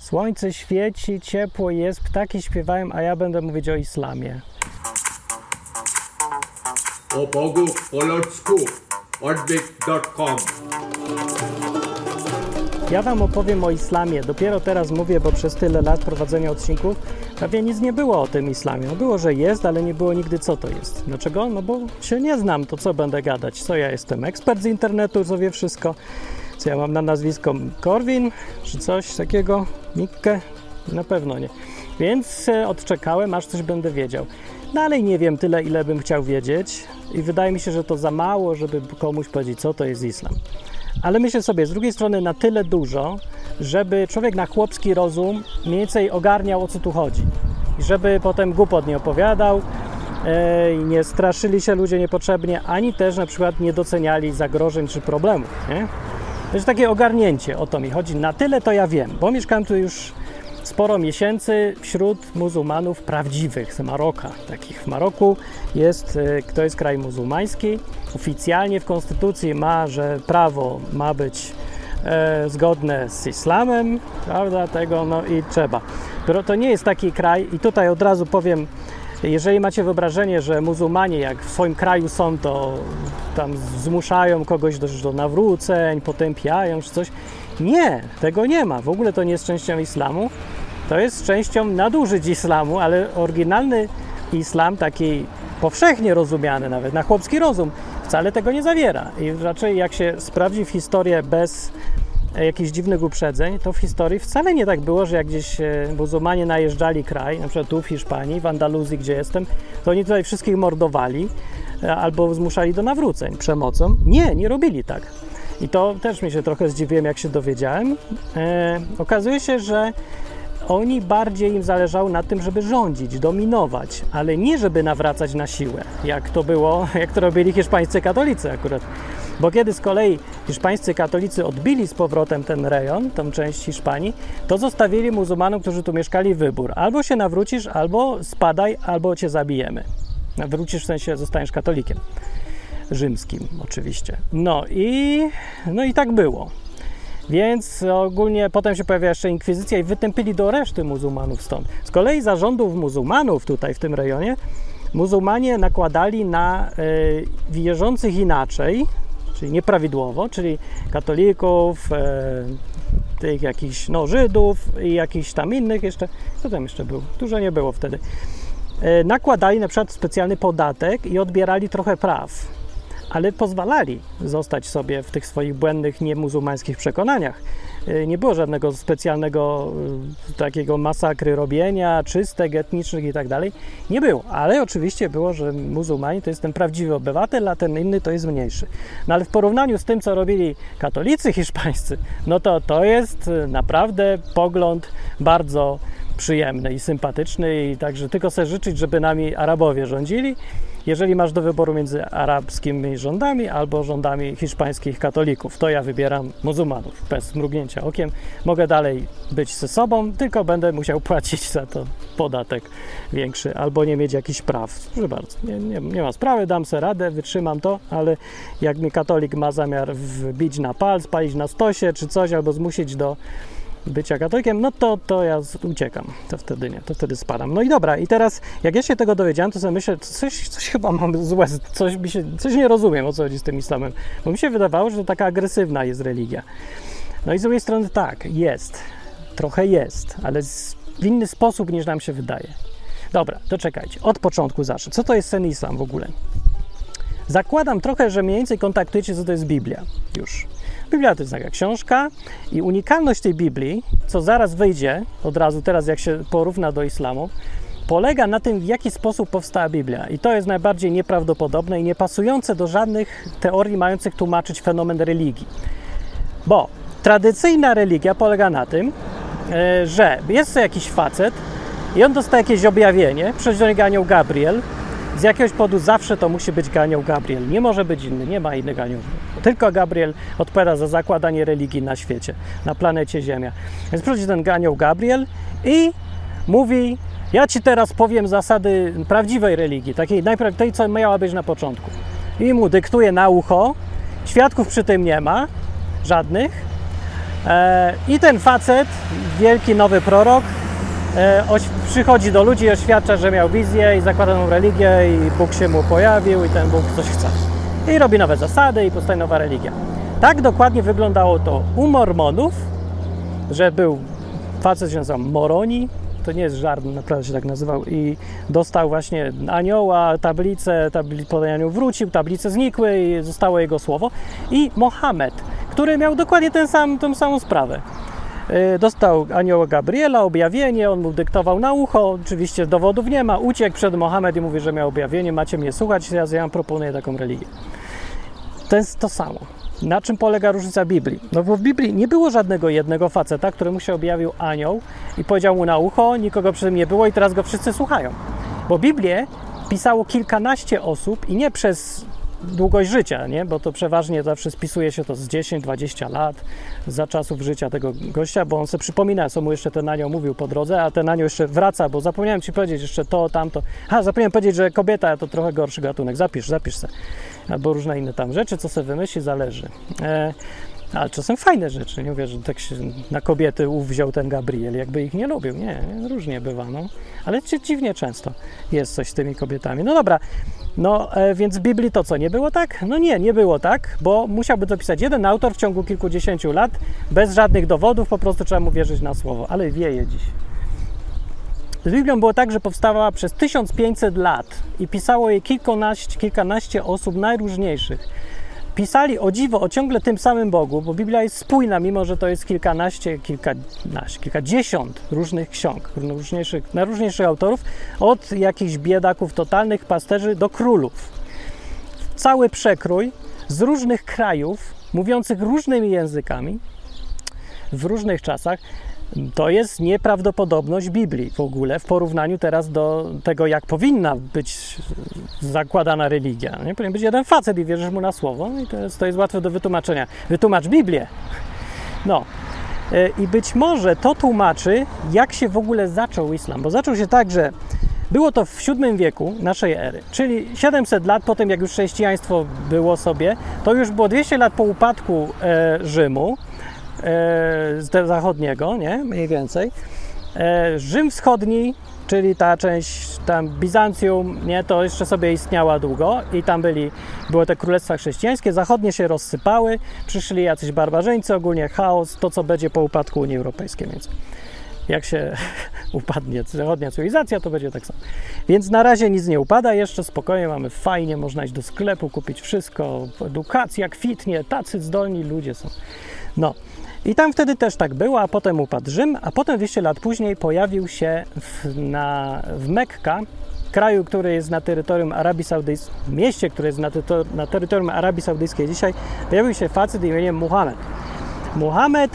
Słońce świeci, ciepło jest, ptaki śpiewają, a ja będę mówić o islamie. O Bogu po ludzku, odwyk.com. Ja wam opowiem o islamie. Dopiero teraz mówię, bo przez tyle lat prowadzenia odcinków prawie nic nie było o tym islamie. No było, że jest, ale nie było nigdy, co to jest. Dlaczego? No bo się nie znam, to co będę gadać? Co ja jestem? Ekspert z internetu, co wie wszystko? Co ja mam na nazwisko? Korwin? Czy coś takiego? Mikke? Na pewno nie. Więc odczekałem, aż coś będę wiedział. Dalej nie wiem tyle, ile bym chciał wiedzieć i wydaje mi się, że to za mało, żeby komuś powiedzieć, co to jest islam. Ale myślę sobie, z drugiej strony na tyle dużo, żeby człowiek na chłopski rozum mniej więcej ogarniał, o co tu chodzi. I żeby potem głupot nie opowiadał i nie straszyli się ludzie niepotrzebnie, ani też na przykład nie doceniali zagrożeń czy problemów. Nie? To jest takie ogarnięcie, o to mi chodzi. Na tyle to ja wiem, bo mieszkałem tu już sporo miesięcy wśród muzułmanów prawdziwych z Maroka. Takich w Maroku jest, to jest kraj muzułmański. Oficjalnie w konstytucji ma, że prawo ma być zgodne z islamem, prawda, tego, no i trzeba. To nie jest taki kraj i tutaj od razu powiem, jeżeli macie wyobrażenie, że muzułmanie jak w swoim kraju są, to tam zmuszają kogoś do nawróceń, potępiają czy coś. Nie, tego nie ma. W ogóle to nie jest częścią islamu. To jest częścią nadużyć islamu, ale oryginalny islam, taki powszechnie rozumiany nawet, na chłopski rozum, wcale tego nie zawiera. I raczej jak się sprawdzi w historię bez jakichś dziwnych uprzedzeń, to w historii wcale nie tak było, że jak gdzieś muzułmanie najeżdżali kraj, na przykład tu w Hiszpanii, w Andaluzji, gdzie jestem, to oni tutaj wszystkich mordowali albo zmuszali do nawróceń przemocą. Nie, nie robili tak. I to też mi się trochę zdziwiłem, jak się dowiedziałem. Okazuje się, że oni bardziej im zależało na tym, żeby rządzić, dominować, ale nie żeby nawracać na siłę, jak to było, jak to robili hiszpańscy katolicy akurat. Bo kiedy z kolei hiszpańscy katolicy odbili z powrotem ten rejon, tą część Hiszpanii, to zostawili muzułmanom, którzy tu mieszkali, wybór. Albo się nawrócisz, albo spadaj, albo cię zabijemy. Nawrócisz w sensie zostaniesz katolikiem. Rzymskim oczywiście. No i tak było. Więc ogólnie potem się pojawia jeszcze inkwizycja i wytępili do reszty muzułmanów stąd. Z kolei za rządów muzułmanów tutaj w tym rejonie muzułmanie nakładali na wierzących inaczej, czyli nieprawidłowo, czyli katolików, tych jakichś Żydów i jakichś tam innych jeszcze. Co tam jeszcze było? Dużo nie było wtedy. Nakładali na przykład specjalny podatek i odbierali trochę praw. Ale pozwalali zostać sobie w tych swoich błędnych, niemuzułmańskich przekonaniach. Nie było żadnego specjalnego takiego masakry robienia, czystek etnicznych i tak dalej. Nie było, ale oczywiście było, że muzułmanie to jest ten prawdziwy obywatel, a ten inny to jest mniejszy. No ale w porównaniu z tym, co robili katolicy hiszpańscy, no to jest naprawdę pogląd bardzo przyjemny i sympatyczny i także tylko sobie życzyć, żeby nami Arabowie rządzili. Jeżeli masz do wyboru między arabskimi rządami albo rządami hiszpańskich katolików, to ja wybieram muzułmanów, bez mrugnięcia okiem. Mogę dalej być ze sobą, tylko będę musiał płacić za to podatek większy albo nie mieć jakichś praw. Proszę bardzo, nie ma sprawy, dam sobie radę, wytrzymam to, ale jak mi katolik ma zamiar wbić na pal, spalić na stosie czy coś, albo zmusić do bycia katolikiem, no to ja uciekam. To wtedy nie, to wtedy spadam. No i dobra, i teraz jak ja się tego dowiedziałem, to sobie myślę, coś chyba mam złe, coś nie rozumiem, o co chodzi z tym islamem. Bo mi się wydawało, że to taka agresywna jest religia. No i z drugiej strony tak, jest. Trochę jest, ale w inny sposób niż nam się wydaje. Dobra, to czekajcie. Od początku zacznę. Co to jest ten islam w ogóle? Zakładam trochę, że mniej więcej kontaktujecie, co to jest Biblia. Już. Biblia to jest taka książka i unikalność tej Biblii, co zaraz wyjdzie od razu teraz, jak się porówna do islamu, polega na tym, w jaki sposób powstała Biblia. I to jest najbardziej nieprawdopodobne i niepasujące do żadnych teorii mających tłumaczyć fenomen religii. Bo tradycyjna religia polega na tym, że jest sobie jakiś facet i on dostaje jakieś objawienie, przychodzi do niego anioł Gabriel. Z jakiegoś powodu zawsze to musi być anioł Gabriel. Nie może być inny, nie ma innych aniołów. Tylko Gabriel odpowiada za zakładanie religii na świecie, na planecie Ziemia. Więc przychodzi ten anioł Gabriel i mówi: ja ci teraz powiem zasady prawdziwej religii, tej, co miała być na początku. I mu dyktuje na ucho, świadków przy tym nie ma, żadnych, I ten facet, wielki nowy prorok, przychodzi do ludzi i oświadcza, że miał wizję i zakłada nową religię i Bóg się mu pojawił i ten Bóg coś chce. I robi nowe zasady i powstaje nowa religia. Tak dokładnie wyglądało to u Mormonów, że był facet, się nazywał Moroni, to nie jest żart, naprawdę się tak nazywał, i dostał właśnie anioła, tablicę, potem anioł wrócił, tablice znikły i zostało jego słowo. I Mohamed, który miał dokładnie tą samą sprawę. Dostał anioła Gabriela, objawienie, on mu dyktował na ucho, oczywiście dowodów nie ma, uciekł przed Mohamed i mówi, że miał objawienie, macie mnie słuchać, ja wam proponuję taką religię. To jest to samo. Na czym polega różnica Biblii? No bo w Biblii nie było żadnego jednego faceta, któremu się objawił anioł i powiedział mu na ucho, nikogo przy tym nie było i teraz go wszyscy słuchają. Bo Biblię pisało kilkanaście osób i nie przez długość życia, nie? Bo to przeważnie zawsze spisuje się to z 10-20 lat za czasów życia tego gościa, bo on sobie przypomina, co mu jeszcze ten anioł mówił po drodze, a ten anioł jeszcze wraca, bo zapomniałem ci powiedzieć jeszcze to, tamto. Zapomniałem powiedzieć, że kobieta to trochę gorszy gatunek, zapisz se. Albo różne inne tam rzeczy, co sobie wymyśli, zależy. Ale czasem fajne rzeczy, nie mówię, że tak się na kobiety uwziął ten Gabriel, jakby ich nie lubił, nie, różnie bywa, no. Ale dziwnie często jest coś z tymi kobietami. No dobra, więc w Biblii to co, nie było tak? No nie było tak, bo musiałby to pisać jeden autor w ciągu kilkudziesięciu lat, bez żadnych dowodów, po prostu trzeba mu wierzyć na słowo, ale wieje dziś. Z Biblią było tak, że powstawała przez 1500 lat i pisało jej kilkanaście osób najróżniejszych. Pisali o dziwo o ciągle tym samym Bogu, bo Biblia jest spójna, mimo że to jest kilkadziesiąt różnych ksiąg, najróżniejszych autorów, od jakichś biedaków totalnych, pasterzy do królów. Cały przekrój z różnych krajów, mówiących różnymi językami, w różnych czasach. To jest nieprawdopodobność Biblii w ogóle w porównaniu teraz do tego, jak powinna być zakładana religia. Nie? Powinien być jeden facet i wierzysz mu na słowo, no i to jest łatwe do wytłumaczenia. Wytłumacz Biblię. I być może to tłumaczy, jak się w ogóle zaczął islam, bo zaczął się tak, że było to w VII wieku naszej ery, czyli 700 lat po tym, jak już chrześcijaństwo było sobie, to już było 200 lat po upadku Rzymu, zachodnibyło, nie? Mniej więcej. Rzym Wschodni, czyli ta część tam Bizancjum, nie? To jeszcze sobie istniała długo i tam były te królestwa chrześcijańskie, zachodnie się rozsypały, przyszli jacyś barbarzyńcy, ogólnie chaos, to co będzie po upadku Unii Europejskiej, więc jak się upadnie zachodnia cywilizacja, to będzie tak samo. Więc na razie nic nie upada, jeszcze spokojnie, mamy fajnie, można iść do sklepu, kupić wszystko, edukacja kwitnie, tacy zdolni ludzie są. I tam wtedy też tak było, a potem upadł Rzym, a potem 200 lat później pojawił się w Mekka, kraju, który jest na terytorium Arabii Saudyjskiej, w mieście, które jest na terytorium Arabii Saudyjskiej dzisiaj, pojawił się facet imieniem Muhammad. Muhammad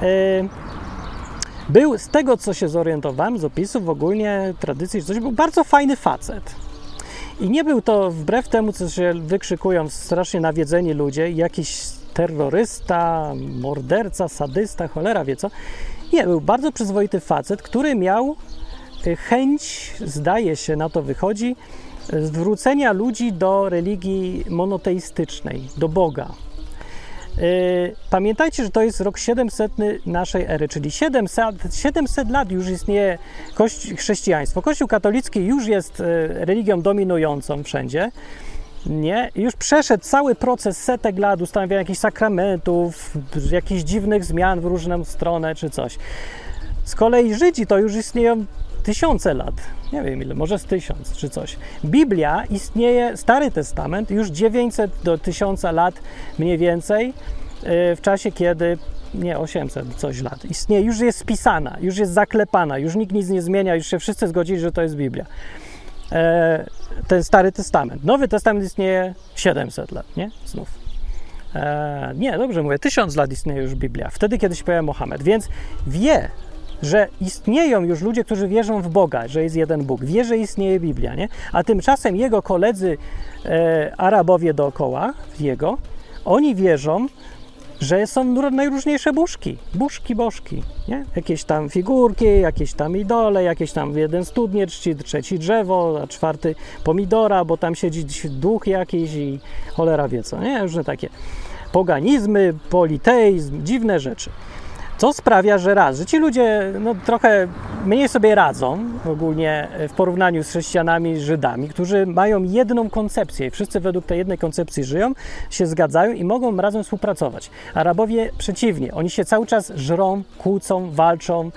był, z tego co się zorientowałem, z opisów ogólnie, tradycji, coś, był bardzo fajny facet. I nie był to, wbrew temu, co się wykrzykują strasznie nawiedzeni ludzie, jakiś terrorysta, morderca, sadysta, cholera wie co. Nie, był bardzo przyzwoity facet, który miał chęć, zdaje się, na to wychodzi, zwrócenia ludzi do religii monoteistycznej, do Boga. Pamiętajcie, że to jest rok 700 naszej ery, czyli 700 lat już istnieje chrześcijaństwo. Kościół katolicki już jest religią dominującą wszędzie. Nie? Już przeszedł cały proces setek lat ustanawiania jakichś sakramentów, jakichś dziwnych zmian w różną stronę czy coś. Z kolei Żydzi to już istnieją tysiące lat, nie wiem ile, może z 1000 czy coś. Biblia istnieje, Stary Testament, już 900 do 1000 lat mniej więcej, w czasie kiedy, 800 coś lat, istnieje, już jest spisana, już jest zaklepana, już nikt nic nie zmienia, już się wszyscy zgodzili, że to jest Biblia. Ten Stary Testament. Nowy Testament istnieje 700 lat, nie? Znów. Dobrze mówię, 1000 lat istnieje już Biblia. Wtedy, kiedy się pojawia Mohamed. Więc wie, że istnieją już ludzie, którzy wierzą w Boga, że jest jeden Bóg. Wie, że istnieje Biblia, nie? A tymczasem jego koledzy Arabowie dookoła, oni wierzą, że są najróżniejsze bożki, nie? Jakieś tam figurki, jakieś tam idole, jakieś tam jeden studnie czci, trzeci drzewo, a czwarty pomidora, bo tam siedzi duch jakiś i cholera wie co, nie? Różne takie poganizmy, politeizm, dziwne rzeczy. Co sprawia, że ci ludzie trochę mniej sobie radzą ogólnie w porównaniu z chrześcijanami, Żydami, którzy mają jedną koncepcję i wszyscy według tej jednej koncepcji żyją, się zgadzają i mogą razem współpracować. Arabowie przeciwnie, oni się cały czas żrą, kłócą, walczą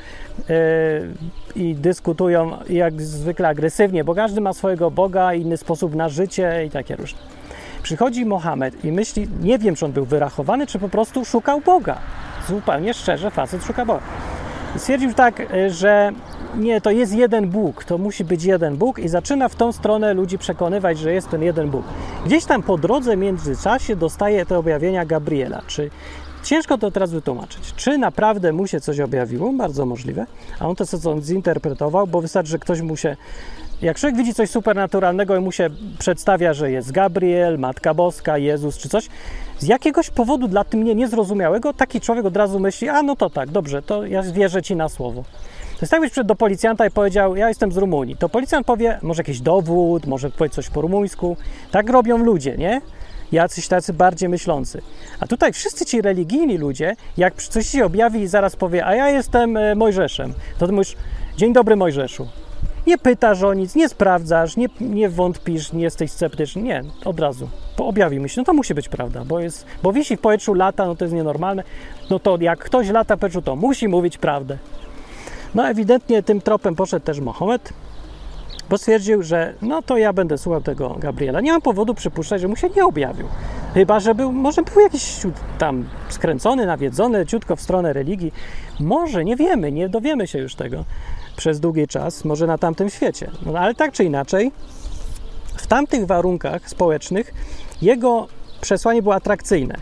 i dyskutują jak zwykle agresywnie, bo każdy ma swojego Boga, inny sposób na życie i takie różne. Przychodzi Mohamed i myśli, nie wiem, czy on był wyrachowany, czy po prostu szukał Boga. Zupełnie szczerze facet szuka Boga. I stwierdził tak, że nie, to jest jeden Bóg, to musi być jeden Bóg i zaczyna w tą stronę ludzi przekonywać, że jest ten jeden Bóg. Gdzieś tam po drodze w międzyczasie dostaje te objawienia Gabriela. Ciężko to teraz wytłumaczyć. Czy naprawdę mu się coś objawiło? Bardzo możliwe. A on to sobie zinterpretował, bo wystarczy, że ktoś mu się... Jak człowiek widzi coś supernaturalnego i mu się przedstawia, że jest Gabriel, Matka Boska, Jezus czy coś, z jakiegoś powodu dla mnie niezrozumiałego taki człowiek od razu myśli, no to tak, dobrze, to ja wierzę ci na słowo. To jest tak, jakbyś przyszedł do policjanta i powiedział, ja jestem z Rumunii. To policjant powie, może jakiś dowód, może powie coś po rumuńsku. Tak robią ludzie, nie? Jacyś tacy bardziej myślący. A tutaj wszyscy ci religijni ludzie, jak coś się objawi i zaraz powie, a ja jestem Mojżeszem, to ty mówisz, dzień dobry Mojżeszu. Nie pytasz o nic, nie sprawdzasz, nie wątpisz, nie jesteś sceptyczny. Nie, od razu. Objawi mi się, to musi być prawda, bo wisi w powietrzu, lata, to jest nienormalne. To jak ktoś lata w powietrzu, to musi mówić prawdę. Ewidentnie tym tropem poszedł też Mohamed, bo stwierdził, że to ja będę słuchał tego Gabriela. Nie mam powodu przypuszczać, że mu się nie objawił. Chyba, że może był jakiś tam skręcony, nawiedzony, ciutko w stronę religii. Może, nie wiemy, nie dowiemy się już tego przez długi czas, może na tamtym świecie. Ale tak czy inaczej, w tamtych warunkach społecznych jego przesłanie było atrakcyjne,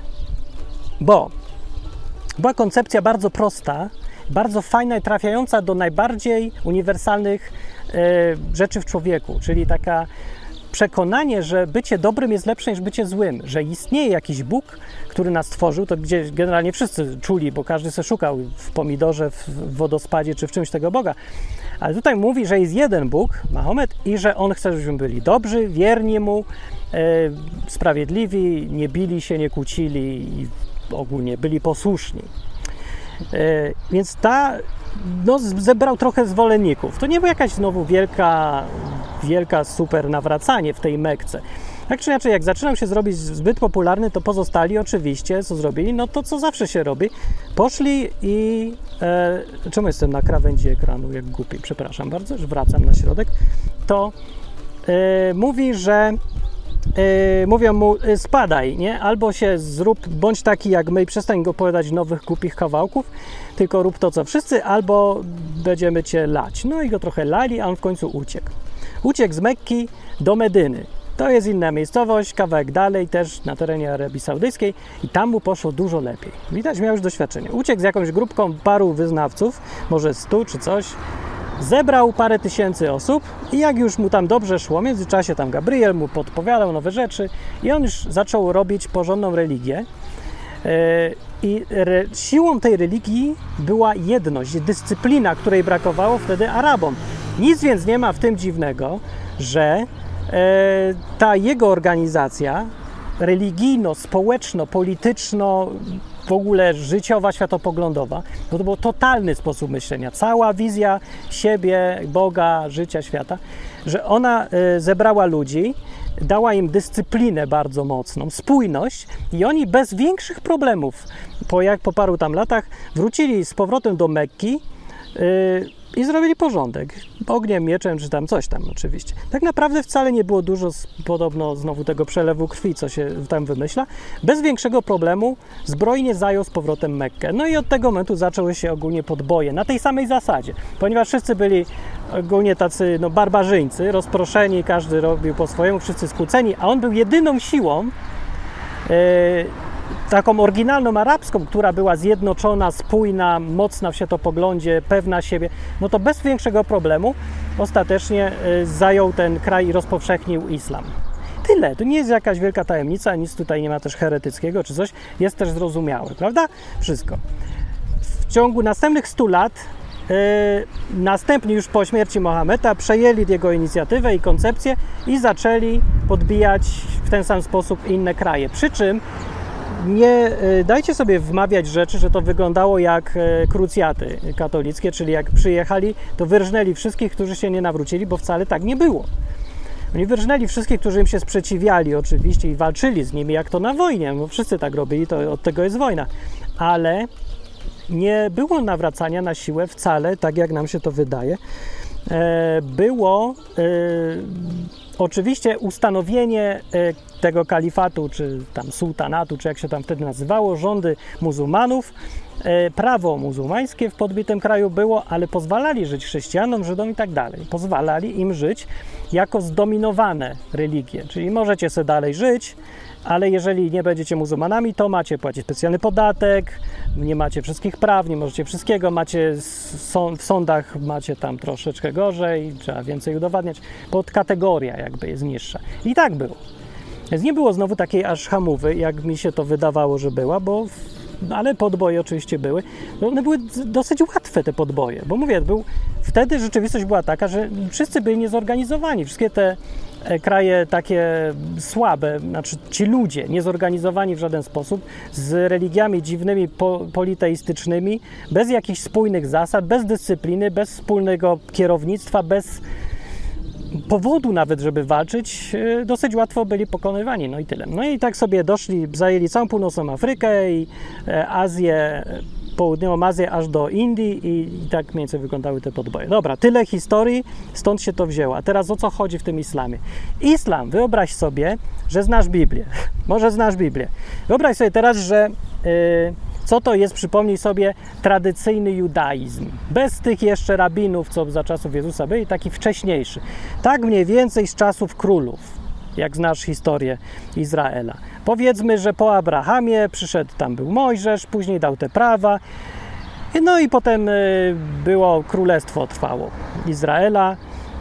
bo była koncepcja bardzo prosta, bardzo fajna i trafiająca do najbardziej uniwersalnych rzeczy w człowieku, czyli taka przekonanie, że bycie dobrym jest lepsze niż bycie złym, że istnieje jakiś Bóg, który nas stworzył, to gdzie generalnie wszyscy czuli, bo każdy se szukał w pomidorze, w wodospadzie czy w czymś tego Boga. Ale tutaj mówi, że jest jeden Bóg, Mahomet, i że On chce, żebyśmy byli dobrzy, wierni Mu, sprawiedliwi, nie bili się, nie kłócili i ogólnie byli posłuszni. Więc zebrał trochę zwolenników. To nie była jakaś znowu wielka super nawracanie w tej Mekce. Tak czy inaczej, jak zaczynał się zrobić zbyt popularny, to pozostali oczywiście, co zrobili? To, co zawsze się robi. Poszli i... czemu jestem na krawędzi ekranu, jak głupi? Przepraszam bardzo, że wracam na środek. To mówi, że mówią mu, spadaj, nie? Albo się zrób, bądź taki jak my i przestań go opowiadać nowych, głupich kawałków, tylko rób to, co wszyscy, albo będziemy cię lać. I go trochę lali, a on w końcu uciekł. Uciekł z Mekki do Medyny. To jest inna miejscowość, kawałek dalej, też na terenie Arabii Saudyjskiej i tam mu poszło dużo lepiej. Widać, miał już doświadczenie. Uciekł z jakąś grupką paru wyznawców, może 100 czy coś, zebrał parę tysięcy osób i jak już mu tam dobrze szło, w międzyczasie tam Gabriel mu podpowiadał nowe rzeczy i on już zaczął robić porządną religię. I siłą tej religii była jedność, dyscyplina, której brakowało wtedy Arabom. Nic więc nie ma w tym dziwnego, że ta jego organizacja religijno-społeczno-polityczno, w ogóle życiowa, światopoglądowa, to był totalny sposób myślenia, cała wizja siebie, Boga, życia, świata, że ona zebrała ludzi, dała im dyscyplinę bardzo mocną, spójność i oni bez większych problemów, po paru tam latach, wrócili z powrotem do Mekki i zrobili porządek. Ogniem, mieczem, czy tam coś tam oczywiście. Tak naprawdę wcale nie było dużo, podobno znowu tego przelewu krwi, co się tam wymyśla. Bez większego problemu zbrojnie zajął z powrotem Mekkę. I od tego momentu zaczęły się ogólnie podboje. Na tej samej zasadzie. Ponieważ wszyscy byli ogólnie tacy barbarzyńcy, rozproszeni, każdy robił po swojemu, wszyscy skłóceni, a on był jedyną siłą taką oryginalną arabską, która była zjednoczona, spójna, mocna w światopoglądzie, pewna siebie, to bez większego problemu ostatecznie zajął ten kraj i rozpowszechnił islam. Tyle, to nie jest jakaś wielka tajemnica, nic tutaj nie ma też heretyckiego czy coś, jest też zrozumiałe, prawda? Wszystko. W ciągu następnych 100 lat następni już po śmierci Mohameda przejęli jego inicjatywę i koncepcję i zaczęli podbijać w ten sam sposób inne kraje. Przy czym nie dajcie sobie wmawiać rzeczy, że to wyglądało jak krucjaty katolickie, czyli jak przyjechali, to wyrżnęli wszystkich, którzy się nie nawrócili, bo wcale tak nie było. Oni wyrżnęli wszystkich, którzy im się sprzeciwiali oczywiście i walczyli z nimi, jak to na wojnie, bo wszyscy tak robili, to od tego jest wojna. Ale nie było nawracania na siłę wcale, tak jak nam się to wydaje. Było oczywiście ustanowienie tego kalifatu, czy tam sułtanatu, czy jak się tam wtedy nazywało, rządy muzułmanów. Prawo muzułmańskie w podbitym kraju było, ale pozwalali żyć chrześcijanom, Żydom i tak dalej. Pozwalali im żyć jako zdominowane religie. Czyli możecie sobie dalej żyć, ale jeżeli nie będziecie muzułmanami, to macie płacić specjalny podatek, nie macie wszystkich praw, nie możecie wszystkiego, macie w sądach macie tam troszeczkę gorzej, trzeba więcej udowadniać. Podkategoria jakby jest niższa. I tak było. Więc nie było znowu takiej aż hamowy, jak mi się to wydawało, że była, ale podboje oczywiście były. One były dosyć łatwe, te podboje, bo mówię, wtedy rzeczywistość była taka, że wszyscy byli niezorganizowani. Wszystkie te kraje takie słabe, znaczy ci ludzie niezorganizowani w żaden sposób, z religiami dziwnymi, politeistycznymi, bez jakichś spójnych zasad, bez dyscypliny, bez wspólnego kierownictwa, bez powodu nawet, żeby walczyć, dosyć łatwo byli pokonywani, no i tyle. No i tak sobie doszli, zajęli całą północną Afrykę i Azję, południową Azję aż do Indii i tak mniej więcej wyglądały te podboje. Dobra, tyle historii, stąd się to wzięło. A teraz o co chodzi w tym islamie? Islam, wyobraź sobie, że znasz Biblię. Może znasz Biblię. Wyobraź sobie teraz, że co to jest, przypomnij sobie, tradycyjny judaizm. Bez tych jeszcze rabinów, co za czasów Jezusa byli, taki wcześniejszy. Tak mniej więcej z czasów królów, jak znasz historię Izraela. Powiedzmy, że po Abrahamie przyszedł, tam był Mojżesz, później dał te prawa, no i potem było królestwo trwało Izraela,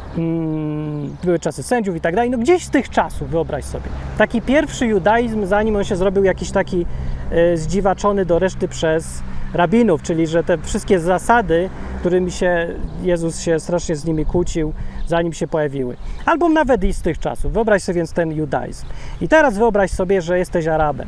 były czasy sędziów i tak dalej. No gdzieś z tych czasów, wyobraź sobie. Taki pierwszy judaizm, zanim on się zrobił jakiś taki zdziwaczony do reszty przez rabinów, czyli że te wszystkie zasady, którymi się Jezus się strasznie z nimi kłócił, zanim się pojawiły. Albo nawet i z tych czasów. Wyobraź sobie więc ten judaizm. I teraz wyobraź sobie, że jesteś Arabem.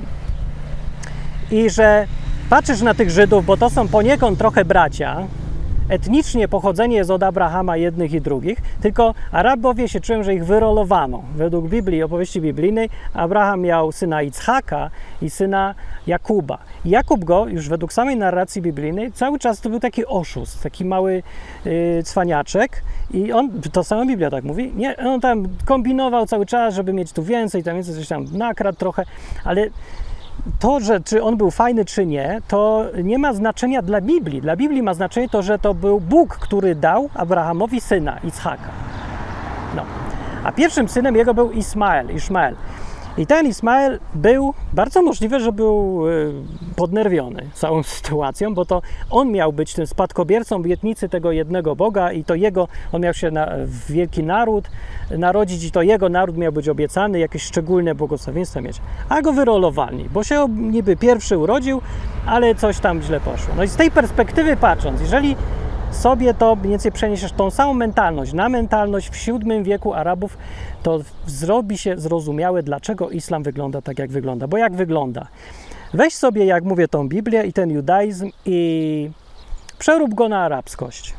I że patrzysz na tych Żydów, bo to są poniekąd trochę bracia, etnicznie pochodzenie jest od Abrahama jednych i drugich, tylko Arabowie się czują, że ich wyrolowano. Według Biblii, opowieści biblijnej, Abraham miał syna Ichaka i syna Jakuba. I Jakub go, już według samej narracji biblijnej, cały czas to był taki oszust, taki mały cwaniaczek i on, to sama Biblia tak mówi, nie, on tam kombinował cały czas, żeby mieć tu więcej, tam więcej coś tam nakradł trochę, ale to, że czy on był fajny, czy nie, to nie ma znaczenia dla Biblii. Dla Biblii ma znaczenie to, że to był Bóg, który dał Abrahamowi syna, Ichaka. No. A pierwszym synem jego był Ishmael. I ten Ishmael był, bardzo możliwe, że był podnerwiony całą sytuacją, bo to on miał być tym spadkobiercą obietnicy tego jednego Boga i to on miał się w wielki naród narodzić i to jego naród miał być obiecany, jakieś szczególne błogosławieństwa mieć. A go wyrolowali, bo się niby pierwszy urodził, ale coś tam źle poszło. No i z tej perspektywy patrząc, jeżeli sobie to mniej więcej przeniesiesz tą samą mentalność na mentalność w VII wieku Arabów, to zrobi się zrozumiałe, dlaczego islam wygląda tak, jak wygląda. Bo jak wygląda? Weź sobie, jak mówię, tą Biblię i ten judaizm i przerób go na arabskość.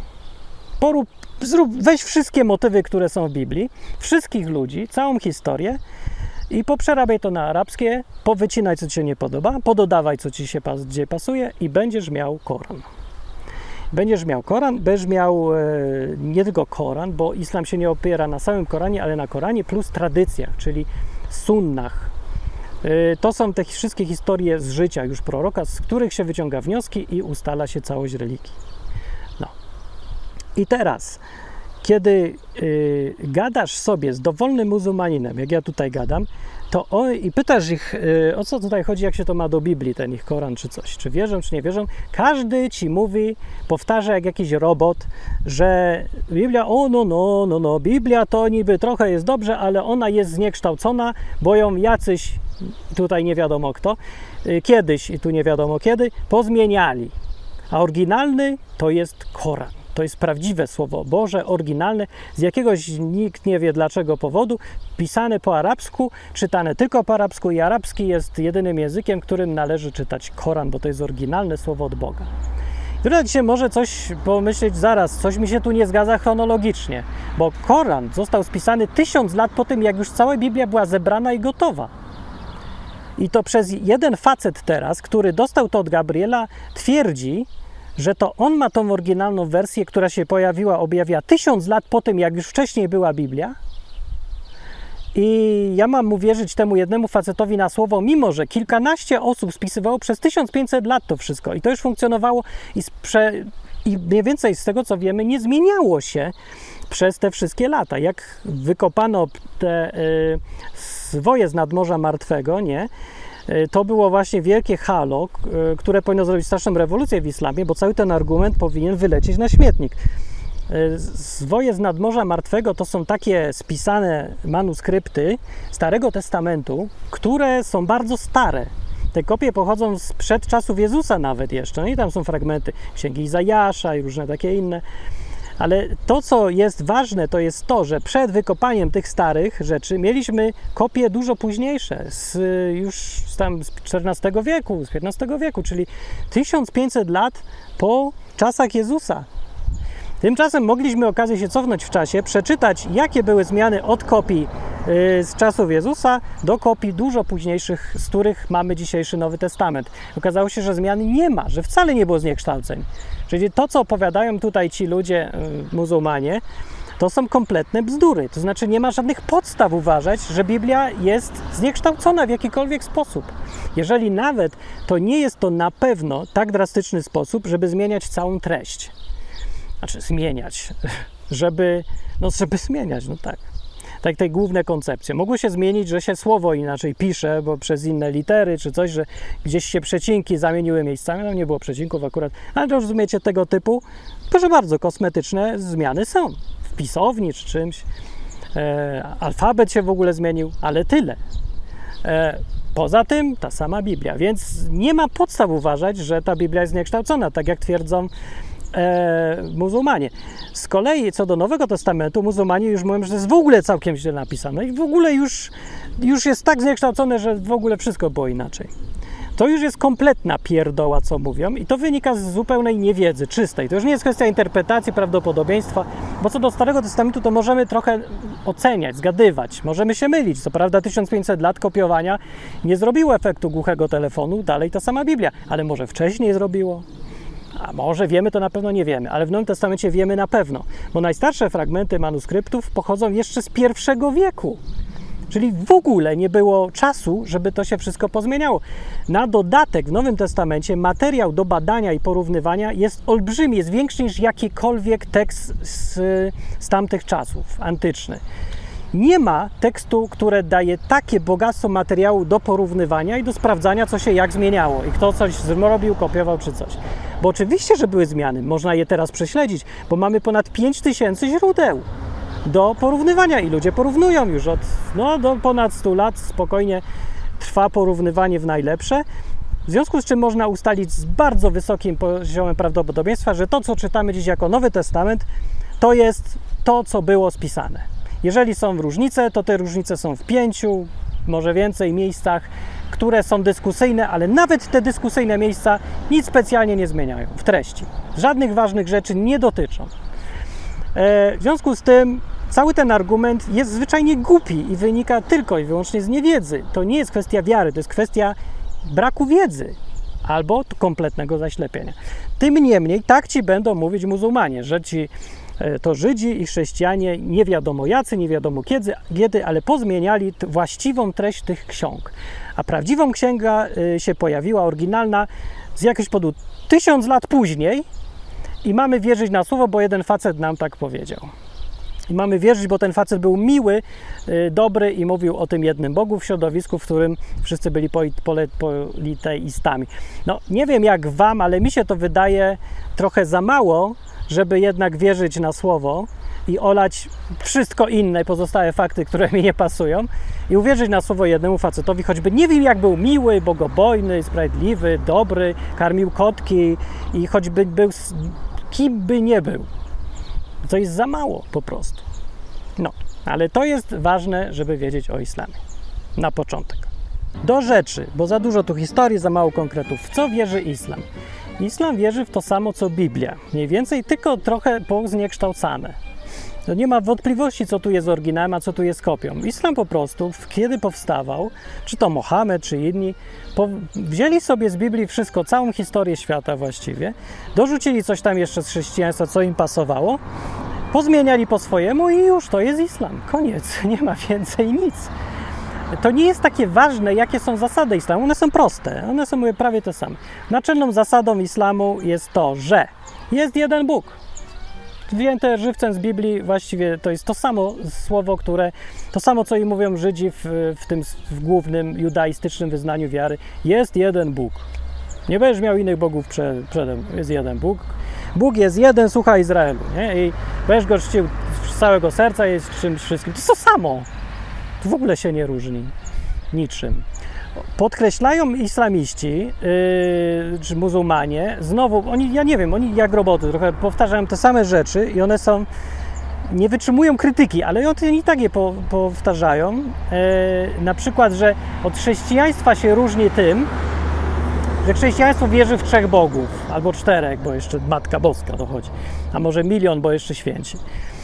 Weź wszystkie motywy, które są w Biblii, wszystkich ludzi, całą historię i poprzerabiaj to na arabskie, powycinaj, co ci się nie podoba, pododawaj, co ci się gdzie pasuje i będziesz miał Koran. Będziesz miał nie tylko Koran, bo islam się nie opiera na samym Koranie, ale na Koranie plus tradycjach, czyli sunnach. To są te wszystkie historie z życia już proroka, z których się wyciąga wnioski i ustala się całość religii. No. I teraz, kiedy gadasz sobie z dowolnym muzułmaninem, jak ja tutaj gadam, i pytasz ich, o co tutaj chodzi, jak się to ma do Biblii, ten ich Koran czy coś, czy wierzą, czy nie wierzą, każdy ci mówi, powtarza jak jakiś robot, że Biblia, Biblia to niby trochę jest dobrze, ale ona jest zniekształcona, bo ją jacyś, tutaj nie wiadomo kto, kiedyś i tu nie wiadomo kiedy, pozmieniali. A oryginalny to jest Koran. To jest prawdziwe Słowo Boże, oryginalne, z jakiegoś nikt nie wie dlaczego powodu, pisane po arabsku, czytane tylko po arabsku i arabski jest jedynym językiem, którym należy czytać Koran, bo to jest oryginalne Słowo od Boga. Tutaj się może coś pomyśleć, zaraz, coś mi się tu nie zgadza chronologicznie, bo Koran został spisany 1000 lat po tym, jak już cała Biblia była zebrana i gotowa. I to przez jeden facet teraz, który dostał to od Gabriela, twierdzi, że to on ma tą oryginalną wersję, która się objawia 1000 lat po tym, jak już wcześniej była Biblia. I ja mam mu wierzyć temu jednemu facetowi na słowo, mimo że kilkanaście osób spisywało przez 1500 lat to wszystko. I to już funkcjonowało i mniej więcej z tego, co wiemy, nie zmieniało się przez te wszystkie lata. Jak wykopano te zwoje z nadmorza martwego, nie? To było właśnie wielkie halo, które powinno zrobić straszną rewolucję w islamie, bo cały ten argument powinien wylecieć na śmietnik. Zwoje z nadmorza martwego to są takie spisane manuskrypty Starego Testamentu, które są bardzo stare. Te kopie pochodzą sprzed czasów Jezusa nawet jeszcze. No i tam są fragmenty Księgi Izajasza i różne takie inne. Ale to, co jest ważne, to jest to, że przed wykopaniem tych starych rzeczy mieliśmy kopie dużo późniejsze, już z XIV wieku, z XV wieku, czyli 1500 lat po czasach Jezusa. Tymczasem mogliśmy okazję się cofnąć w czasie, przeczytać, jakie były zmiany od kopii z czasów Jezusa do kopii dużo późniejszych, z których mamy dzisiejszy Nowy Testament. Okazało się, że zmian nie ma, że wcale nie było zniekształceń. Czyli to, co opowiadają tutaj ci ludzie, muzułmanie, to są kompletne bzdury. To znaczy nie ma żadnych podstaw uważać, że Biblia jest zniekształcona w jakikolwiek sposób. Jeżeli nawet, to nie jest to na pewno tak drastyczny sposób, żeby zmieniać całą treść. Znaczy zmieniać, żeby zmieniać, no tak. Tak, te główne koncepcje. Mogły się zmienić, że się słowo inaczej pisze, bo przez inne litery czy coś, że gdzieś się przecinki zamieniły miejscami, no nie było przecinków akurat, ale to rozumiecie, tego typu, proszę bardzo, kosmetyczne zmiany są. W pisowni czy czymś. Alfabet się w ogóle zmienił, ale tyle. Poza tym ta sama Biblia, więc nie ma podstaw uważać, że ta Biblia jest zniekształcona, tak jak twierdzą muzułmanie. Z kolei co do Nowego Testamentu, muzułmanie już mówią, że to jest w ogóle całkiem źle napisane i w ogóle już jest tak zniekształcone, że w ogóle wszystko było inaczej. To już jest kompletna pierdoła, co mówią, i to wynika z zupełnej niewiedzy, czystej. To już nie jest kwestia interpretacji, prawdopodobieństwa, bo co do Starego Testamentu to możemy trochę oceniać, zgadywać, możemy się mylić. Co prawda 1500 lat kopiowania nie zrobiło efektu głuchego telefonu, dalej ta sama Biblia, ale może wcześniej zrobiło? A może wiemy, to na pewno nie wiemy, ale w Nowym Testamencie wiemy na pewno, bo najstarsze fragmenty manuskryptów pochodzą jeszcze z I wieku. Czyli w ogóle nie było czasu, żeby to się wszystko pozmieniało. Na dodatek w Nowym Testamencie materiał do badania i porównywania jest olbrzymi, jest większy niż jakikolwiek tekst z tamtych czasów, antyczny. Nie ma tekstu, które daje takie bogactwo materiału do porównywania i do sprawdzania, co się jak zmieniało i kto coś zrobił, kopiował czy coś. Bo oczywiście, że były zmiany, można je teraz prześledzić, bo mamy ponad 5000 źródeł do porównywania i ludzie porównują już do ponad 100 lat spokojnie trwa porównywanie w najlepsze, w związku z czym można ustalić z bardzo wysokim poziomem prawdopodobieństwa, że to, co czytamy dziś jako Nowy Testament, to jest to, co było spisane. Jeżeli są różnice, to te różnice są w 5, może więcej miejscach, które są dyskusyjne, ale nawet te dyskusyjne miejsca nic specjalnie nie zmieniają w treści. Żadnych ważnych rzeczy nie dotyczą. W związku z tym cały ten argument jest zwyczajnie głupi i wynika tylko i wyłącznie z niewiedzy. To nie jest kwestia wiary, to jest kwestia braku wiedzy albo kompletnego zaślepienia. Tym niemniej tak ci będą mówić muzułmanie, że ci to Żydzi i chrześcijanie nie wiadomo jacy, nie wiadomo kiedy, ale pozmieniali właściwą treść tych ksiąg. A prawdziwą księga się pojawiła, oryginalna, z jakiegoś powodu 1000 lat później i mamy wierzyć na słowo, bo jeden facet nam tak powiedział. I mamy wierzyć, bo ten facet był miły, dobry i mówił o tym jednym Bogu w środowisku, w którym wszyscy byli politeistami. No, nie wiem jak wam, ale mi się to wydaje trochę za mało, żeby jednak wierzyć na słowo i olać wszystko inne, pozostałe fakty, które mi nie pasują i uwierzyć na słowo jednemu facetowi, choćby nie wiem jak był miły, bogobojny, sprawiedliwy, dobry, karmił kotki i choćby był kim by nie był. To jest za mało po prostu. No, ale to jest ważne, żeby wiedzieć o islamie. Na początek. Do rzeczy, bo za dużo tu historii, za mało konkretów. W co wierzy islam? Islam wierzy w to samo, co Biblia. Mniej więcej, tylko trochę pozniekształcane. To nie ma wątpliwości, co tu jest oryginałem, a co tu jest kopią. Islam po prostu, kiedy powstawał, czy to Mohamed, czy inni, wzięli sobie z Biblii wszystko, całą historię świata właściwie, dorzucili coś tam jeszcze z chrześcijaństwa, co im pasowało, pozmieniali po swojemu i już to jest islam. Koniec. Nie ma więcej nic. To nie jest takie ważne, jakie są zasady islamu. One są proste. One są prawie te same. Naczelną zasadą islamu jest to, że jest jeden Bóg. Wzięte żywcem z Biblii, właściwie to jest to samo słowo, to samo, co im mówią Żydzi w głównym judaistycznym wyznaniu wiary. Jest jeden Bóg. Nie będziesz miał innych bogów przede mną. Jest jeden Bóg. Bóg jest jeden, słuchaj Izraelu. Nie? I będziesz go czcił z całego serca, jest czymś wszystkim. To jest to samo. To w ogóle się nie różni niczym. Podkreślają islamiści, czy muzułmanie, znowu, oni jak roboty trochę powtarzają te same rzeczy i one nie wytrzymują krytyki, ale oni i tak je powtarzają. Na przykład, że od chrześcijaństwa się różni tym, że chrześcijaństwo wierzy w 3 bogów, albo 4, bo jeszcze Matka Boska dochodzi, a może 1 milion, bo jeszcze święci.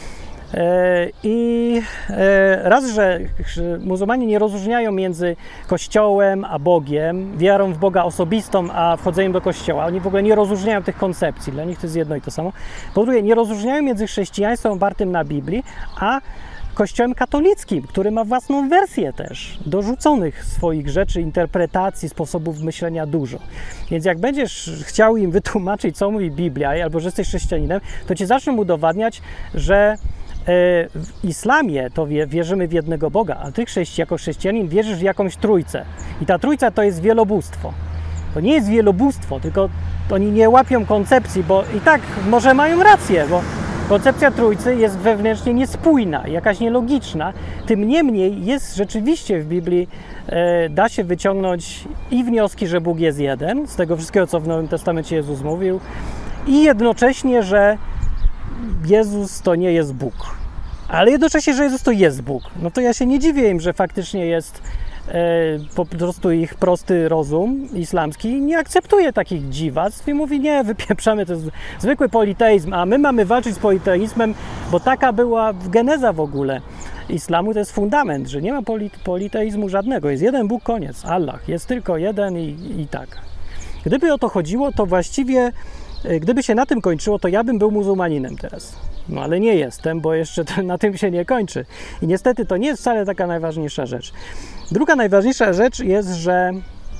I raz, że muzułmanie nie rozróżniają między Kościołem a Bogiem, wiarą w Boga osobistą, a wchodzeniem do Kościoła. Oni w ogóle nie rozróżniają tych koncepcji. Dla nich to jest jedno i to samo. Po drugie, nie rozróżniają między chrześcijaństwem opartym na Biblii, a Kościołem katolickim, który ma własną wersję też, dorzuconych swoich rzeczy, interpretacji, sposobów myślenia dużo. Więc jak będziesz chciał im wytłumaczyć, co mówi Biblia, albo że jesteś chrześcijaninem, to ci zaczną udowadniać, że w islamie to wierzymy w jednego Boga, a ty jako chrześcijanin wierzysz w jakąś trójcę. I ta trójca to jest wielobóstwo. To nie jest wielobóstwo, tylko oni nie łapią koncepcji, bo i tak może mają rację, bo koncepcja trójcy jest wewnętrznie niespójna, jakaś nielogiczna. Tym niemniej jest rzeczywiście w Biblii, da się wyciągnąć i wnioski, że Bóg jest jeden, z tego wszystkiego, co w Nowym Testamencie Jezus mówił, i jednocześnie, że Jezus to nie jest Bóg. Ale jednocześnie, że Jezus to jest Bóg. No to ja się nie dziwię im, że faktycznie jest po prostu ich prosty rozum islamski nie akceptuje takich dziwactw i mówi, nie, wypieprzamy, to jest zwykły politeizm, a my mamy walczyć z politeizmem, bo taka była geneza w ogóle islamu, to jest fundament, że nie ma politeizmu żadnego, jest jeden Bóg, koniec, Allah, jest tylko jeden i tak. Gdyby o to chodziło, to właściwie, gdyby się na tym kończyło, to ja bym był muzułmaninem teraz. No ale nie jestem, bo jeszcze na tym się nie kończy. I niestety to nie jest wcale taka najważniejsza rzecz. Druga najważniejsza rzecz jest, że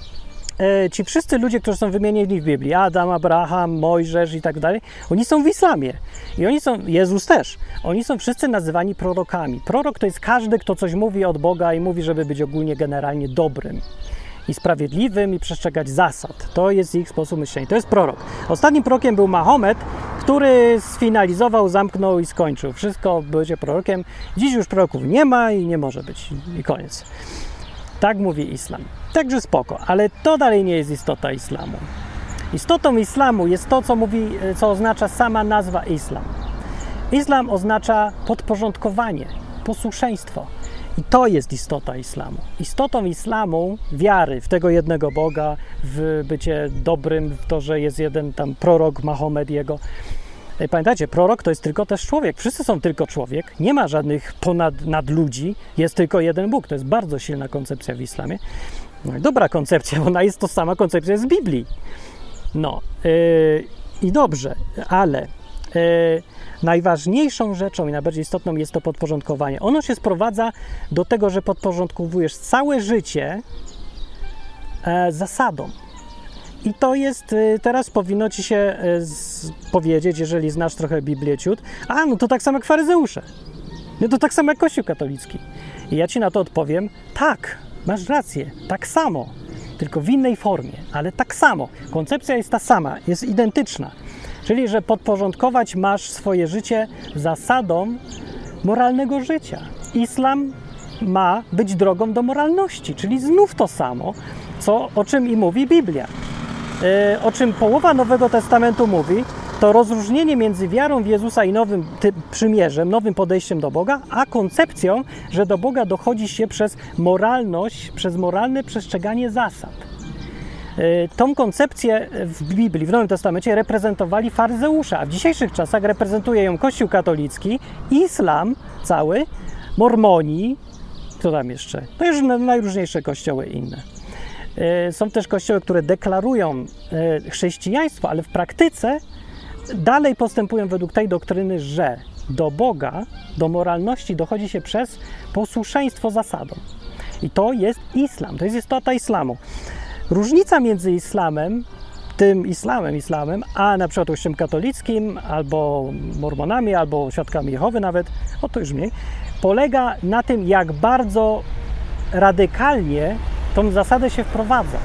ci wszyscy ludzie, którzy są wymienieni w Biblii, Adam, Abraham, Mojżesz i tak dalej, oni są w islamie. I oni są, Jezus też, oni są wszyscy nazywani prorokami. Prorok to jest każdy, kto coś mówi od Boga i mówi, żeby być ogólnie generalnie dobrym i sprawiedliwym i przestrzegać zasad. To jest ich sposób myślenia. To jest prorok. Ostatnim prorokiem był Mahomet, który sfinalizował, zamknął i skończył. Wszystko będzie prorokiem. Dziś już proroków nie ma i nie może być. I koniec. Tak mówi islam. Także spoko. Ale to dalej nie jest istota islamu. Istotą islamu jest to, co oznacza sama nazwa islam. Islam oznacza podporządkowanie, posłuszeństwo. I to jest istota islamu. Istotą islamu, wiary w tego jednego Boga, w bycie dobrym, w to, że jest jeden tam prorok, Mahomet jego. Pamiętajcie, prorok to jest tylko też człowiek. Wszyscy są tylko człowiek. Nie ma żadnych nadludzi. Jest tylko jeden Bóg. To jest bardzo silna koncepcja w islamie. No i dobra koncepcja, bo ona jest to sama koncepcja z Biblii. No i dobrze, ale najważniejszą rzeczą i najbardziej istotną jest to podporządkowanie. Ono się sprowadza do tego, że podporządkowujesz całe życie zasadom. I to jest, teraz powinno ci się powiedzieć, jeżeli znasz trochę Biblię ciut, no to tak samo jak faryzeusze. No to tak samo jak Kościół katolicki. I ja ci na to odpowiem, tak, masz rację, tak samo, tylko w innej formie, ale tak samo. Koncepcja jest ta sama, jest identyczna. Czyli, że podporządkować masz swoje życie zasadom moralnego życia. Islam ma być drogą do moralności, czyli znów to samo, o czym i mówi Biblia. O czym połowa Nowego Testamentu mówi, to rozróżnienie między wiarą w Jezusa i nowym przymierzem, nowym podejściem do Boga, a koncepcją, że do Boga dochodzi się przez moralność, przez moralne przestrzeganie zasad. Tą koncepcję w Biblii, w Nowym Testamencie reprezentowali faryzeusze, a w dzisiejszych czasach reprezentuje ją Kościół katolicki, islam cały, mormoni, kto tam jeszcze? No już najróżniejsze kościoły inne. Są też kościoły, które deklarują chrześcijaństwo, ale w praktyce dalej postępują według tej doktryny, że do Boga, do moralności dochodzi się przez posłuszeństwo zasadom. I to jest islam, to jest istota islamu. Różnica między islamem, tym islamem, a na przykład kościołem katolickim, albo mormonami, albo świadkami Jehowy nawet, to już mniej, polega na tym, jak bardzo radykalnie tą zasadę się wprowadza.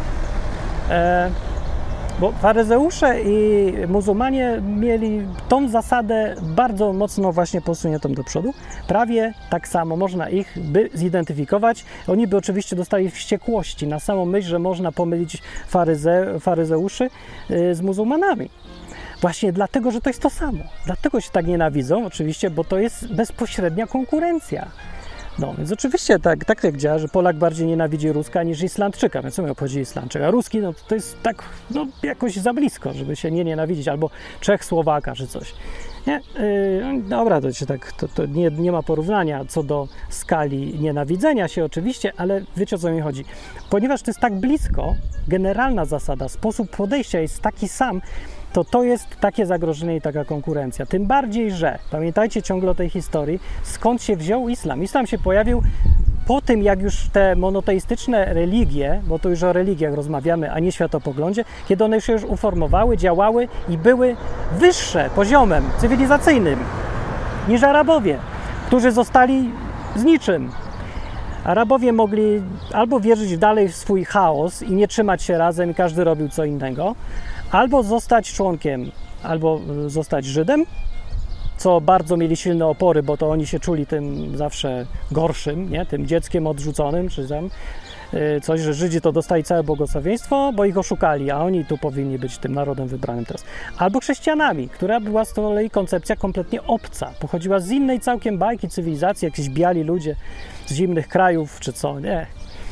Bo faryzeusze i muzułmanie mieli tą zasadę bardzo mocno właśnie posuniętą do przodu. Prawie tak samo można ich by zidentyfikować. Oni by oczywiście dostali wściekłości na samą myśl, że można pomylić faryzeuszy z muzułmanami. Właśnie dlatego, że to jest to samo. Dlatego się tak nienawidzą oczywiście, bo to jest bezpośrednia konkurencja. No, więc oczywiście tak jak działa, że Polak bardziej nienawidzi Ruska niż Islandczyka. Więc co mi obchodzi Islandczyk? A Ruski, no to jest tak, no jakoś za blisko, żeby się nie nienawidzić. Albo Czech, Słowaka, czy coś. Nie? Dobra, to nie ma porównania co do skali nienawidzenia się oczywiście, ale wiecie, o co mi chodzi. Ponieważ to jest tak blisko, generalna zasada, sposób podejścia jest taki sam, to jest takie zagrożenie i taka konkurencja. Tym bardziej, że pamiętajcie ciągle o tej historii, skąd się wziął islam. Islam się pojawił po tym, jak już te monoteistyczne religie, bo to już o religiach rozmawiamy, a nie światopoglądzie, kiedy one się już uformowały, działały i były wyższe poziomem cywilizacyjnym niż Arabowie, którzy zostali z niczym. Arabowie mogli albo wierzyć dalej w swój chaos i nie trzymać się razem i każdy robił co innego, albo zostać członkiem, albo zostać Żydem, co bardzo mieli silne opory, bo to oni się czuli tym zawsze gorszym, nie? Tym dzieckiem odrzuconym, czy tam coś, że Żydzi to dostali całe błogosławieństwo, bo ich oszukali, a oni tu powinni być tym narodem wybranym teraz. Albo chrześcijanami, która była z kolei koncepcja kompletnie obca, pochodziła z innej całkiem bajki cywilizacji, jakieś biali ludzie z zimnych krajów, czy co, nie.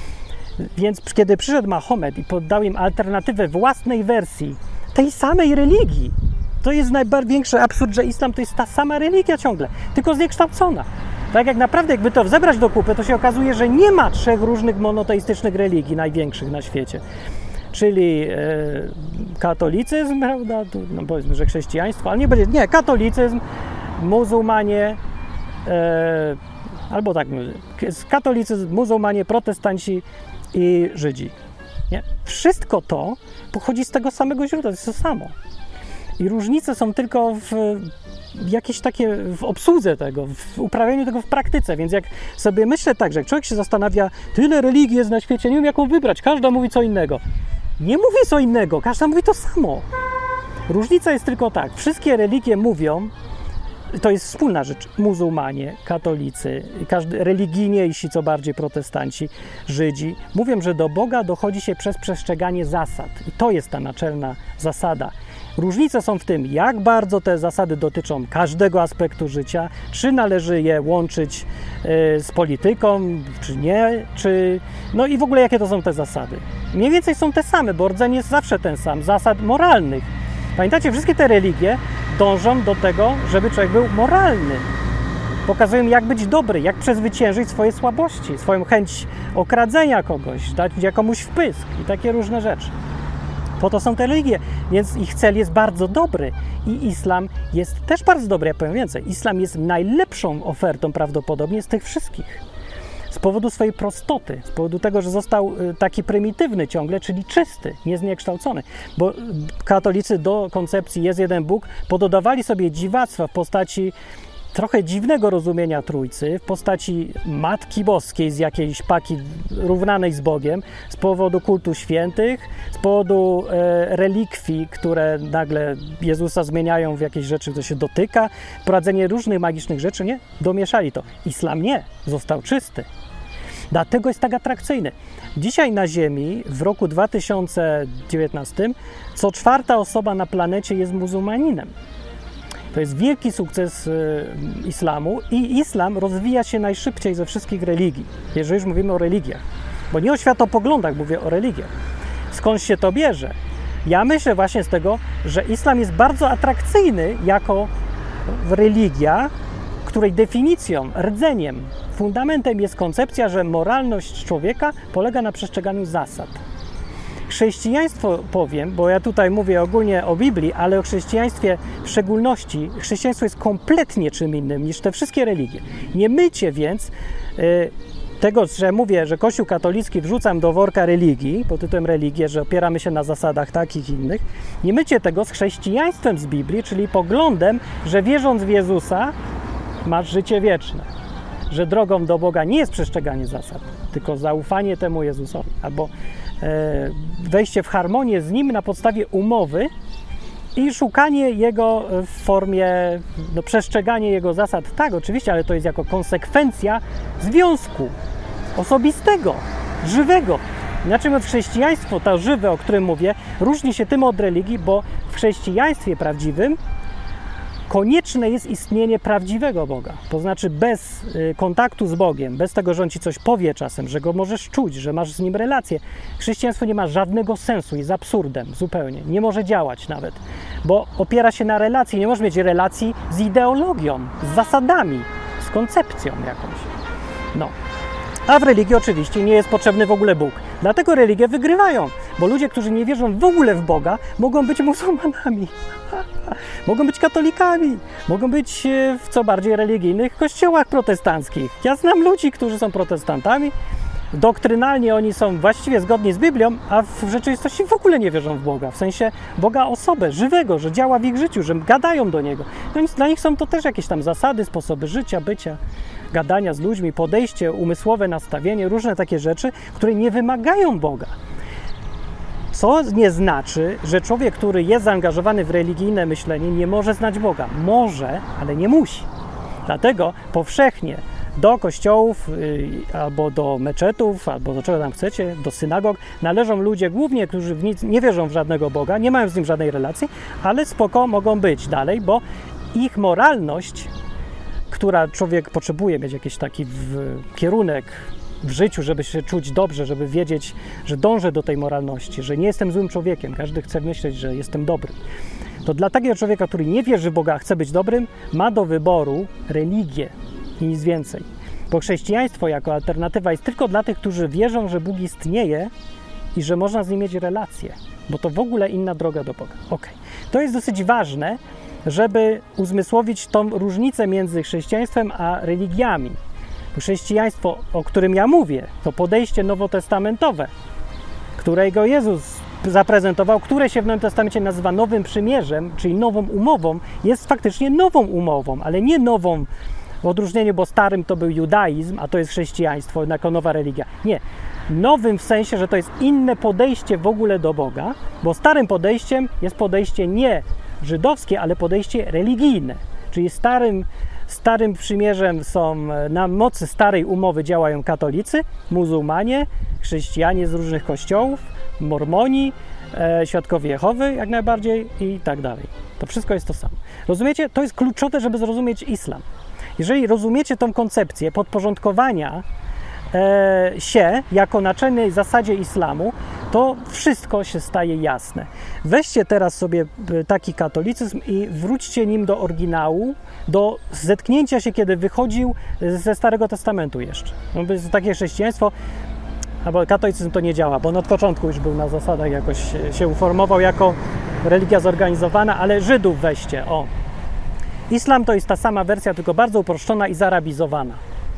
Więc kiedy przyszedł Mahomet i poddał im alternatywę własnej wersji tej samej religii, to jest największy absurd, że islam to jest ta sama religia ciągle, tylko zniekształcona. Tak jak naprawdę, jakby to zebrać do kupy, to się okazuje, że nie ma 3 różnych monoteistycznych religii największych na świecie. Czyli katolicyzm, prawda, no powiedzmy, że chrześcijaństwo, ale nie będzie, nie, katolicyzm, muzułmanie, albo tak, katolicyzm, muzułmanie, protestanci i Żydzi. Nie? Wszystko to pochodzi z tego samego źródła, to jest to samo. I różnice są tylko w jakieś takie w obsłudze tego, w uprawianiu tego w praktyce. Więc jak sobie myślę tak, że jak człowiek się zastanawia, tyle religii jest na świecie, nie wiem jaką wybrać, każda mówi co innego. Nie mówi co innego, każda mówi to samo. Różnica jest tylko tak, wszystkie religie mówią, to jest wspólna rzecz, muzułmanie, katolicy, religijniejsi, co bardziej protestanci, Żydzi, mówią, że do Boga dochodzi się przez przestrzeganie zasad. I to jest ta naczelna zasada. Różnice są w tym, jak bardzo te zasady dotyczą każdego aspektu życia, czy należy je łączyć z polityką, czy nie, no i w ogóle jakie to są te zasady. Mniej więcej są te same, bo rdzeń jest zawsze ten sam, zasad moralnych. Pamiętacie, wszystkie te religie dążą do tego, żeby człowiek był moralny. Pokazują, jak być dobry, jak przezwyciężyć swoje słabości, swoją chęć okradzenia kogoś, dać komuś wpysk i takie różne rzeczy. Po to są te religie, więc ich cel jest bardzo dobry i islam jest też bardzo dobry, ja powiem więcej. Islam jest najlepszą ofertą prawdopodobnie z tych wszystkich. Z powodu swojej prostoty, z powodu tego, że został taki prymitywny ciągle, czyli czysty, niezniekształcony. Bo katolicy do koncepcji jest jeden Bóg pododawali sobie dziwactwa w postaci trochę dziwnego rozumienia Trójcy, w postaci Matki Boskiej z jakiejś paki równanej z Bogiem, z powodu kultu świętych, z powodu relikwii, które nagle Jezusa zmieniają w jakieś rzeczy, co się dotyka, prowadzenie różnych magicznych rzeczy, nie? Domieszali to. Islam nie, został czysty. Dlatego jest tak atrakcyjny. Dzisiaj na Ziemi w roku 2019 co 4. osoba na planecie jest muzułmaninem. To jest wielki sukces islamu i islam rozwija się najszybciej ze wszystkich religii, jeżeli już mówimy o religiach. Bo nie o światopoglądach, mówię o religiach. Skąd się to bierze? Ja myślę właśnie z tego, że islam jest bardzo atrakcyjny jako religia, której definicją, rdzeniem, fundamentem jest koncepcja, że moralność człowieka polega na przestrzeganiu zasad. Chrześcijaństwo powiem, bo ja tutaj mówię ogólnie o Biblii, ale o chrześcijaństwie w szczególności, chrześcijaństwo jest kompletnie czym innym niż te wszystkie religie. Nie mylcie więc tego, że mówię, że Kościół katolicki wrzucam do worka religii, pod tytułem religie, że opieramy się na zasadach takich i innych, nie mylcie tego z chrześcijaństwem z Biblii, czyli poglądem, że wierząc w Jezusa masz życie wieczne. Że drogą do Boga nie jest przestrzeganie zasad, tylko zaufanie temu Jezusowi, albo wejście w harmonię z Nim na podstawie umowy i szukanie Jego w formie, przestrzeganie Jego zasad. Tak, oczywiście, ale to jest jako konsekwencja związku osobistego, żywego. Inaczej mówiąc, chrześcijaństwo, to żywe, o którym mówię, różni się tym od religii, bo w chrześcijaństwie prawdziwym konieczne jest istnienie prawdziwego Boga. To znaczy bez kontaktu z Bogiem, bez tego, że On ci coś powie czasem, że Go możesz czuć, że masz z Nim relację. Chrześcijaństwo nie ma żadnego sensu, jest absurdem zupełnie. Nie może działać nawet, bo opiera się na relacji. Nie możesz mieć relacji z ideologią, z zasadami, z koncepcją jakąś. No. A w religii oczywiście nie jest potrzebny w ogóle Bóg. Dlatego religie wygrywają, bo ludzie, którzy nie wierzą w ogóle w Boga, mogą być muzułmanami, mogą być katolikami, mogą być w co bardziej religijnych kościołach protestanckich. Ja znam ludzi, którzy są protestantami, doktrynalnie oni są właściwie zgodni z Biblią, a w rzeczywistości w ogóle nie wierzą w Boga, w sensie Boga osobę, żywego, że działa w ich życiu, że gadają do Niego. No dla nich są to też jakieś tam zasady, sposoby życia, bycia, gadania z ludźmi, podejście, umysłowe nastawienie, różne takie rzeczy, które nie wymagają Boga. Co nie znaczy, że człowiek, który jest zaangażowany w religijne myślenie, nie może znać Boga. Może, ale nie musi. Dlatego powszechnie do kościołów albo do meczetów, albo do czego tam chcecie, do synagog należą ludzie głównie, którzy nie wierzą w żadnego Boga, nie mają z nim żadnej relacji, ale spoko mogą być dalej, bo ich moralność, która człowiek potrzebuje mieć jakiś taki kierunek w życiu, żeby się czuć dobrze, żeby wiedzieć, że dążę do tej moralności, że nie jestem złym człowiekiem, każdy chce myśleć, że jestem dobry. To dla takiego człowieka, który nie wierzy w Boga, a chce być dobrym, ma do wyboru religię i nic więcej. Bo chrześcijaństwo jako alternatywa jest tylko dla tych, którzy wierzą, że Bóg istnieje i że można z nim mieć relacje, bo to w ogóle inna droga do Boga. Okej. To jest dosyć ważne, żeby uzmysłowić tą różnicę między chrześcijaństwem a religiami. Chrześcijaństwo, o którym ja mówię, to podejście nowotestamentowe, którego Jezus zaprezentował, które się w Nowym Testamencie nazywa Nowym Przymierzem, czyli nową umową, jest faktycznie nową umową, ale nie nową w odróżnieniu, bo starym to był judaizm, a to jest chrześcijaństwo jako nowa religia. Nie. Nowym w sensie, że to jest inne podejście w ogóle do Boga, bo starym podejściem jest podejście nie żydowskie, ale podejście religijne, czyli Starym przymierzem są, na mocy starej umowy działają katolicy, muzułmanie, chrześcijanie z różnych kościołów, mormoni, świadkowie Jehowy jak najbardziej i tak dalej. To wszystko jest to samo. Rozumiecie? To jest kluczowe, żeby zrozumieć islam. Jeżeli rozumiecie tą koncepcję podporządkowania się jako naczelnej zasadzie islamu, to wszystko się staje jasne. Weźcie teraz sobie taki katolicyzm i wróćcie nim do oryginału, do zetknięcia się, kiedy wychodził ze Starego Testamentu jeszcze. No, bo jest takie chrześcijaństwo, albo katolicyzm to nie działa, bo on od początku już był na zasadach, jakoś się uformował jako religia zorganizowana, ale Żydów weźcie, o. Islam to jest ta sama wersja, tylko bardzo uproszczona i zarabizowana.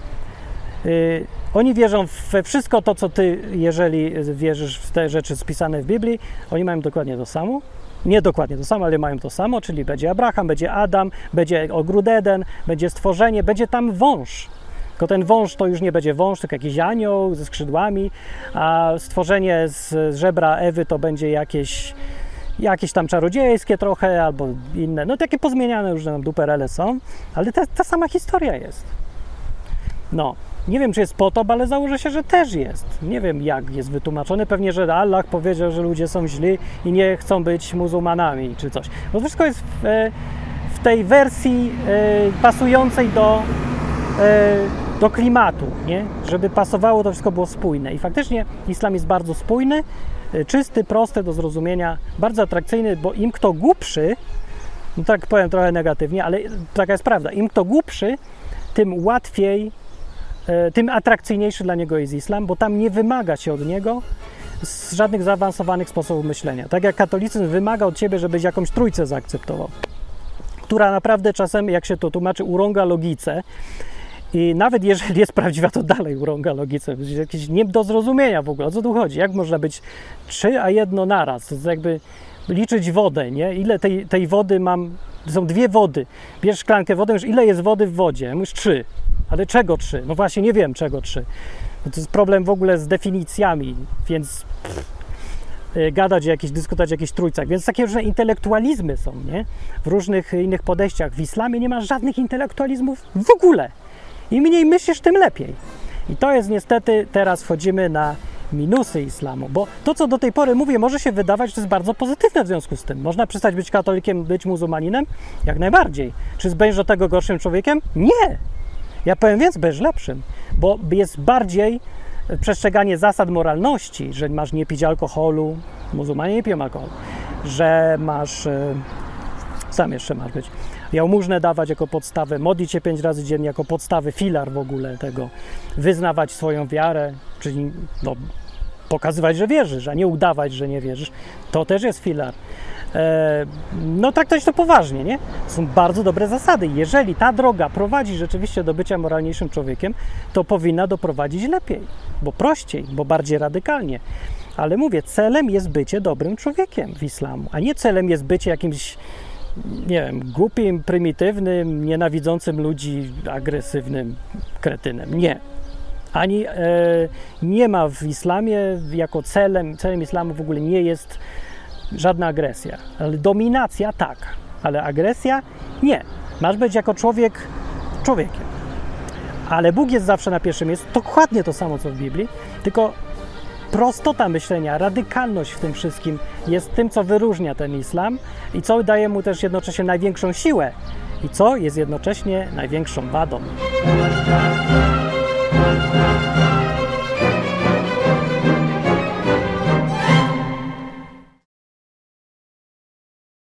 Oni wierzą we wszystko to, co ty, jeżeli wierzysz w te rzeczy spisane w Biblii, oni mają dokładnie to samo. Nie dokładnie to samo, ale mają to samo, czyli będzie Abraham, będzie Adam, będzie ogród Eden, będzie stworzenie, będzie tam wąż. Tylko ten wąż to już nie będzie wąż, tylko jakiś anioł ze skrzydłami, a stworzenie z żebra Ewy to będzie jakieś tam czarodziejskie trochę, albo inne, no takie pozmieniane już nam duperele są, ale ta sama historia jest. No, nie wiem, czy jest potop, ale założę się, że też jest. Nie wiem, jak jest wytłumaczone. Pewnie, że Allah powiedział, że ludzie są źli i nie chcą być muzułmanami, czy coś. Bo to wszystko jest w tej wersji pasującej do klimatu, nie? Żeby pasowało, to wszystko było spójne. I faktycznie islam jest bardzo spójny, czysty, prosty do zrozumienia, bardzo atrakcyjny, bo im kto głupszy, no tak powiem trochę negatywnie, ale taka jest prawda, im kto głupszy, tym łatwiej, tym atrakcyjniejszy dla niego jest islam, bo tam nie wymaga się od niego żadnych zaawansowanych sposobów myślenia. Tak jak katolicyzm wymaga od ciebie, żebyś jakąś trójcę zaakceptował, która naprawdę czasem, jak się to tłumaczy, urąga logice. I nawet jeżeli jest prawdziwa, to dalej urąga logice. Jakieś nie do zrozumienia w ogóle. O co tu chodzi? Jak można być 3, a 1 naraz? To jest jakby liczyć wodę, nie? Ile tej wody mam? Są 2 wody. Bierz szklankę wody, mówisz, ile jest wody w wodzie? Mówisz 3. Ale czego 3? No właśnie nie wiem, czego 3. No to jest problem w ogóle z definicjami, więc gadać dyskutować o jakichś trójcach. Więc takie różne intelektualizmy są, nie? W różnych innych podejściach. W islamie nie ma żadnych intelektualizmów w ogóle. Im mniej myślisz, tym lepiej. I to jest niestety, teraz wchodzimy na minusy islamu, bo to, co do tej pory mówię, może się wydawać, że to jest bardzo pozytywne w związku z tym. Można przestać być katolikiem, być muzułmaninem? Jak najbardziej. Czy będziesz do tego gorszym człowiekiem? Nie! Ja powiem więcej, będziesz lepszym, bo jest bardziej przestrzeganie zasad moralności, że masz nie pić alkoholu, muzułmanie nie piją alkoholu, że masz, sam jeszcze masz być, jałmużnę dawać jako podstawę, modlić się 5 razy dziennie jako podstawy, filar w ogóle tego, wyznawać swoją wiarę, czyli pokazywać, że wierzysz, a nie udawać, że nie wierzysz. To też jest filar. No tak to poważnie, nie? Są bardzo dobre zasady. Jeżeli ta droga prowadzi rzeczywiście do bycia moralniejszym człowiekiem, to powinna doprowadzić lepiej, bo prościej, bo bardziej radykalnie. Ale mówię, celem jest bycie dobrym człowiekiem w islamu, a nie celem jest bycie jakimś, nie wiem, głupim, prymitywnym, nienawidzącym ludzi, agresywnym kretynem. Nie. Ani nie ma w islamie jako celem islamu w ogóle nie jest żadna agresja. Ale dominacja tak, ale agresja nie. Masz być jako człowiek człowiekiem. Ale Bóg jest zawsze na pierwszym miejscu. Dokładnie to samo, co w Biblii, tylko prostota myślenia, radykalność w tym wszystkim jest tym, co wyróżnia ten islam i co daje mu też jednocześnie największą siłę i co jest jednocześnie największą wadą.